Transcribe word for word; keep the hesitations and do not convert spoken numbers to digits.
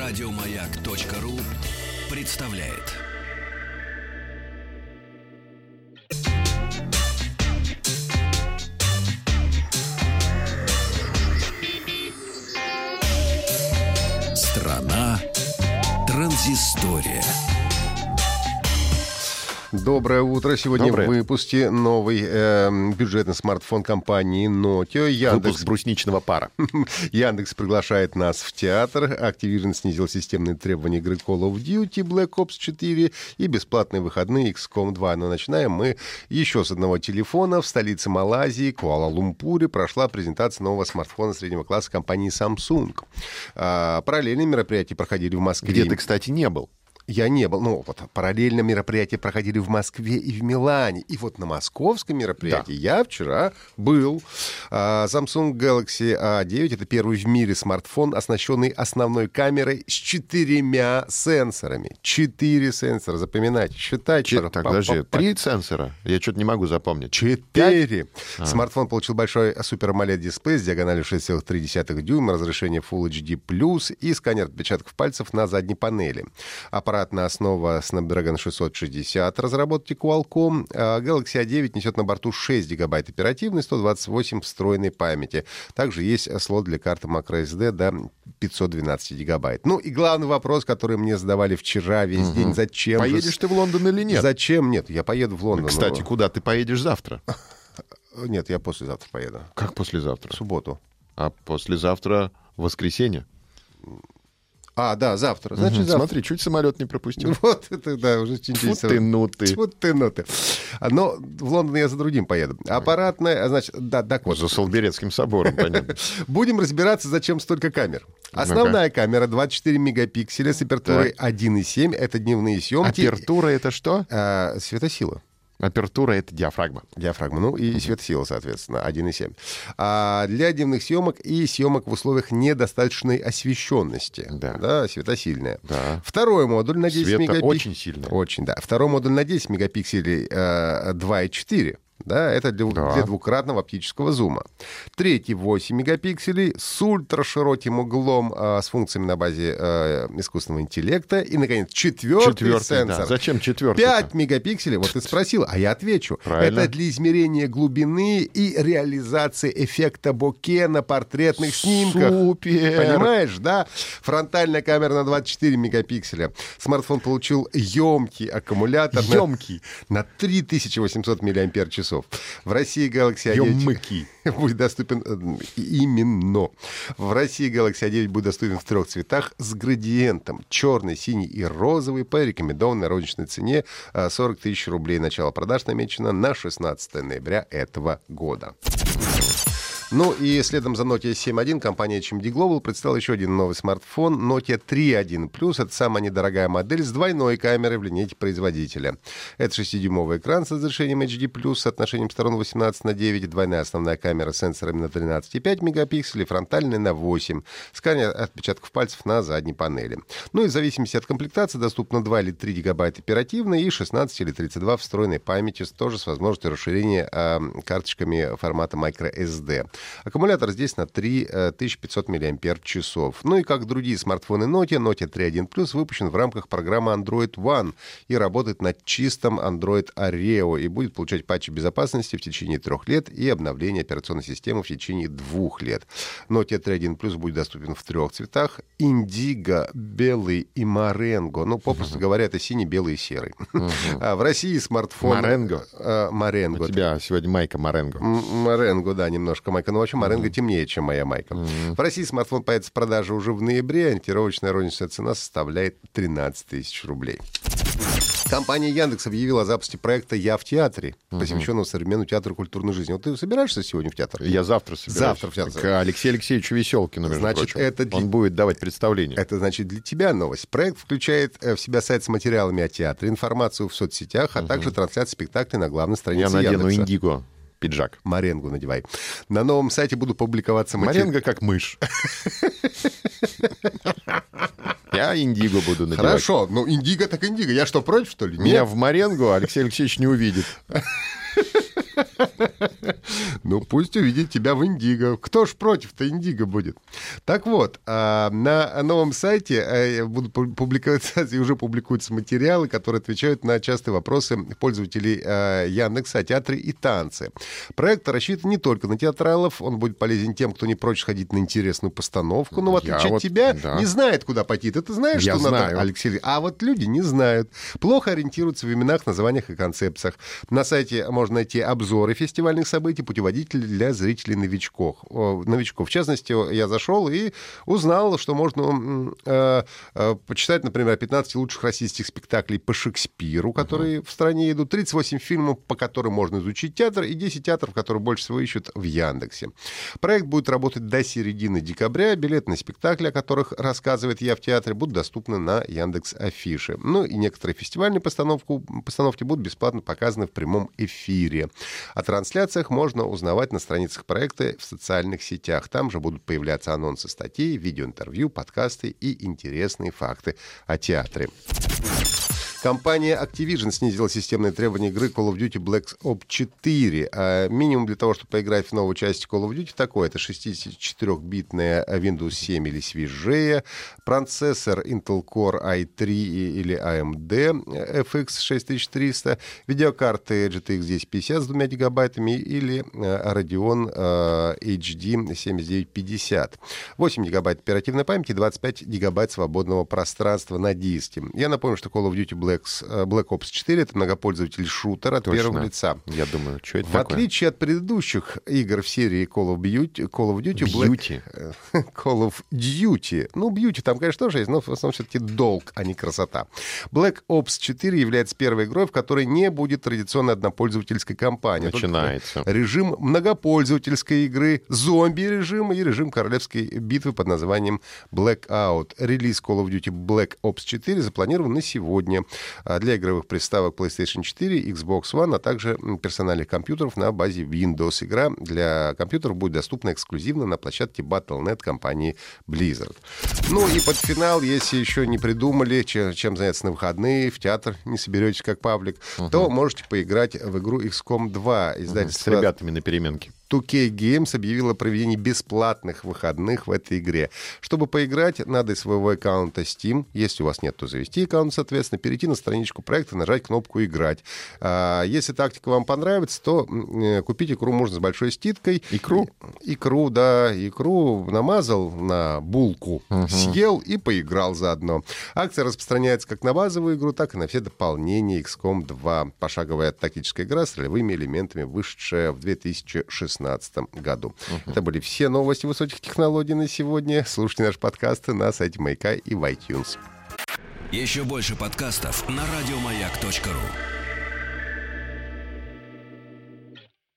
Радиомаяк.ру представляет. Страна транзистория. Доброе утро. Сегодня Доброе. в выпуске новый э, бюджетный смартфон компании Nokia. Яндекс... Выпуск брусничного пара. Яндекс приглашает нас в театр. Activision снизил системные требования игры Call of Duty Black Ops четыре и бесплатные выходные икс ком два. Но начинаем мы еще с одного телефона. В столице Малайзии, Куала-Лумпуре, прошла презентация нового смартфона среднего класса компании Samsung. А, параллельные мероприятия проходили в Москве. Где ты, кстати, не был. Я не был. Ну, вот параллельно мероприятия проходили в Москве и в Милане. И вот на московском мероприятии да. я вчера был. Samsung Galaxy а девять — это первый в мире смартфон, оснащенный основной камерой с четырьмя сенсорами. Четыре сенсора. Запоминайте, считайте. Че, так, подожди, три сенсора? Я что-то не могу запомнить. Четыре. А. Смартфон получил большой Super AMOLED-дисплей с диагональю шесть целых три десятых дюйма, разрешение Full эйч ди плюс и сканер отпечатков пальцев на задней панели. Аппаратная основа Snapdragon шестьсот шестьдесят разработки Qualcomm. Galaxy а девять несет на борту шесть гигабайт оперативной, сто двадцать восемь встроенной памяти. Также есть слот для карты microSD до пятьсот двенадцать гигабайт. Ну и главный вопрос, который мне задавали вчера весь угу. день. Зачем Поедешь же... ты в Лондон или нет? Зачем? Нет, я поеду в Лондон. Кстати, но... куда ты поедешь завтра? Нет, я послезавтра поеду. Как послезавтра? В субботу. А послезавтра воскресенье? А, да, завтра. Значит, угу. завтра. Смотри, чуть самолет не пропустил. Вот это, да, уже очень интересно. Фу ты, ну ты. Фу ты, ну ты. Но в Лондон я за другим поеду. Аппаратная, значит, да, так вот. За Солсберецким собором, понятно. Будем разбираться, зачем столько камер. Основная ну-ка. камера двадцать четыре мегапикселя с апертурой так. один и семь. Это дневные съемки. Апертура — это что? А, светосила. Апертура — это диафрагма. Диафрагма, ну и светосила, соответственно, один и семь. А для дневных съемок и съемок в условиях недостаточной освещенности. Да. Да, светосильная. Да. Второй модуль на десять мегапикселей. очень сильный. Очень, да. Второй модуль на десять мегапикселей э, два и четыре. Да, это для, да. для двукратного оптического зума. Третий восемь мегапикселей с ультрашироким углом, э, с функциями на базе э, искусственного интеллекта. И, наконец, четвертый, четвертый сенсор. Да. Зачем четвертый? пять мегапикселей. Вот ты спросил, а я отвечу. Правильно. Это для измерения глубины и реализации эффекта боке на портретных снимках. Супер! Понимаешь, да? Фронтальная камера на двадцать четыре мегапикселя. Смартфон получил емкий аккумулятор. Емкий. На, на три тысячи восемьсот миллиампер-часов. В России Galaxy а девять будет доступен именно. В России Galaxy а девять будет доступен в трех цветах с градиентом: черный, синий и розовый по рекомендованной розничной цене сорок тысяч рублей. Начало продаж намечено на шестнадцатое ноября этого года. Ну и следом за Nokia семь один компания эйч эм ди Global представила еще один новый смартфон Nokia три один плюс. Это самая недорогая модель с двойной камерой в линейке производителя. Это шестидюймовый экран с разрешением эйч ди плюс, с соотношением сторон восемнадцать на девять, двойная основная камера с сенсорами на тринадцать и пять мегапикселей, фронтальная на восемь, сканер отпечатков пальцев на задней панели. Ну и в зависимости от комплектации доступно два или три гигабайта оперативной и шестнадцать или тридцать два встроенной памяти, тоже с возможностью расширения э, карточками формата microSD. Аккумулятор здесь на три тысячи пятьсот миллиампер-часов. Ну и как другие смартфоны Nokia, Nokia три один плюс выпущен в рамках программы Android One и работает на чистом Android Oreo и будет получать патчи безопасности в течение трех лет и обновление операционной системы в течение двух лет. Nokia три один плюс будет доступен в трех цветах: индиго, белый и маренго. Ну, попросту uh-huh. говоря, это синий, белый и серый. Uh-huh. А в России смартфон... Маренго. А, маренго. У тебя сегодня майка маренго. Маренго, да, немножко майка. Но вообще маренго mm-hmm. темнее, чем моя майка. Mm-hmm. В России смартфон появится в продаже уже в ноябре. Ориентировочная розничная цена составляет тринадцать тысяч рублей. Компания Яндекс объявила о запуске проекта «Я в театре», uh-huh. посвященного современному театру культурной жизни. Вот ты собираешься сегодня в театр? Я завтра собираюсь. Завтра в театр. К Алексею Алексеевичу Веселкину, между значит, прочим. Это для... Он будет давать представление. Это значит для тебя новость. Проект включает в себя сайт с материалами о театре, информацию в соцсетях, а uh-huh. также трансляцию спектаклей на главной странице Я надену Яндекса. индиго. Пиджак. Маренгу надевай. На новом сайте будут публиковаться материалы. Маренго как мышь. Я индиго буду надевать. Хорошо, ну индиго так индиго. Я что, против, что ли? Меня в Маренгу Алексей Алексеевич не увидит. Ну, пусть увидит тебя в Индиго. Кто ж против-то Индиго будет? Так вот, на новом сайте будут публиковаться, и уже публикуются материалы, которые отвечают на частые вопросы пользователей Яндекса о театре и танце. Проект рассчитан не только на театралов, он будет полезен тем, кто не прочь ходить на интересную постановку, но в отличие Я от вот, тебя да. не знает, куда пойти. Ты знаешь, Я что знаю. надо, Алексей? А вот люди не знают. Плохо ориентируются в именах, названиях и концепциях. На сайте можно найти обзоры фестивальных событий, путеводители для зрителей-новичков. новичков. В частности, я зашел и узнал, что можно э, э, почитать, например, о пятнадцати лучших российских спектаклей по Шекспиру, которые uh-huh. в стране идут, тридцать восемь фильмов, по которым можно изучить театр, и десять театров, которые больше всего ищут в Яндексе. Проект будет работать до середины декабря. Билеты на спектакли, о которых рассказывает «Я в театре», будут доступны на Яндекс.Афише. Ну и некоторые фестивальные постановки, постановки будут бесплатно показаны в прямом эфире. О трансляциях можно узнавать на страницах проекта в социальных сетях. Там же будут появляться анонсы статей, видеоинтервью, подкасты и интересные факты о театре. Компания Activision снизила системные требования игры Call of Duty Black Ops четыре. А минимум для того, чтобы поиграть в новую часть Call of Duty, такой. Это шестидесятичетырёхбитная Windows семь или свежее, процессор Intel Core ай три или эй эм ди эф икс шесть тысяч триста, видеокарты джи ти экс десять пятьдесят с двумя гигабайтами или Radeon эйч ди семьдесят девять пятьдесят. восемь гигабайт оперативной памяти, двадцать пять гигабайт свободного пространства на диске. Я напомню, что Call of Duty Black Black Ops четыре — это многопользовательный шутер от Точно. Первого лица. Я думаю, что это В такое? отличие от предыдущих игр в серии Call of Duty, Call of Duty, Beauty. Black... Call of Duty. Ну, Beauty там, конечно, тоже есть, но в основном все-таки долг, а не красота. Black Ops четыре является первой игрой, в которой не будет традиционной однопользовательской кампании. Начинается. Режим многопользовательской игры, зомби-режим и режим королевской битвы под названием Blackout. Релиз Call of Duty Black Ops четыре запланирован на сегодня для игровых приставок PlayStation четыре, Xbox One, а также персональных компьютеров на базе Windows. Игра для компьютеров будет доступна эксклюзивно на площадке батл точка нет компании Blizzard. Ну и под финал, если еще не придумали, чем, чем заняться на выходные, в театр не соберетесь, как Павлик, uh-huh. то можете поиграть в игру икс ком два. Издательство... Uh-huh. С ребятами на переменке. ту кей Games объявила о проведении бесплатных выходных в этой игре. Чтобы поиграть, надо из своего аккаунта Steam, если у вас нет, то завести аккаунт, соответственно, перейти на страничку проекта, нажать кнопку «Играть». А если тактика вам понравится, то э, купить икру можно с большой скидкой. Икру? Икру, да. Икру намазал на булку, угу. съел и поиграл заодно. Акция распространяется как на базовую игру, так и на все дополнения икс ком два. Пошаговая тактическая игра с ролевыми элементами, вышедшая в две тысячи шестнадцатом году. Uh-huh. Это были все новости высоких технологий на сегодня. Слушайте наши подкасты на сайте Маяка и в iTunes. Еще больше подкастов на радиомаяк точка ру.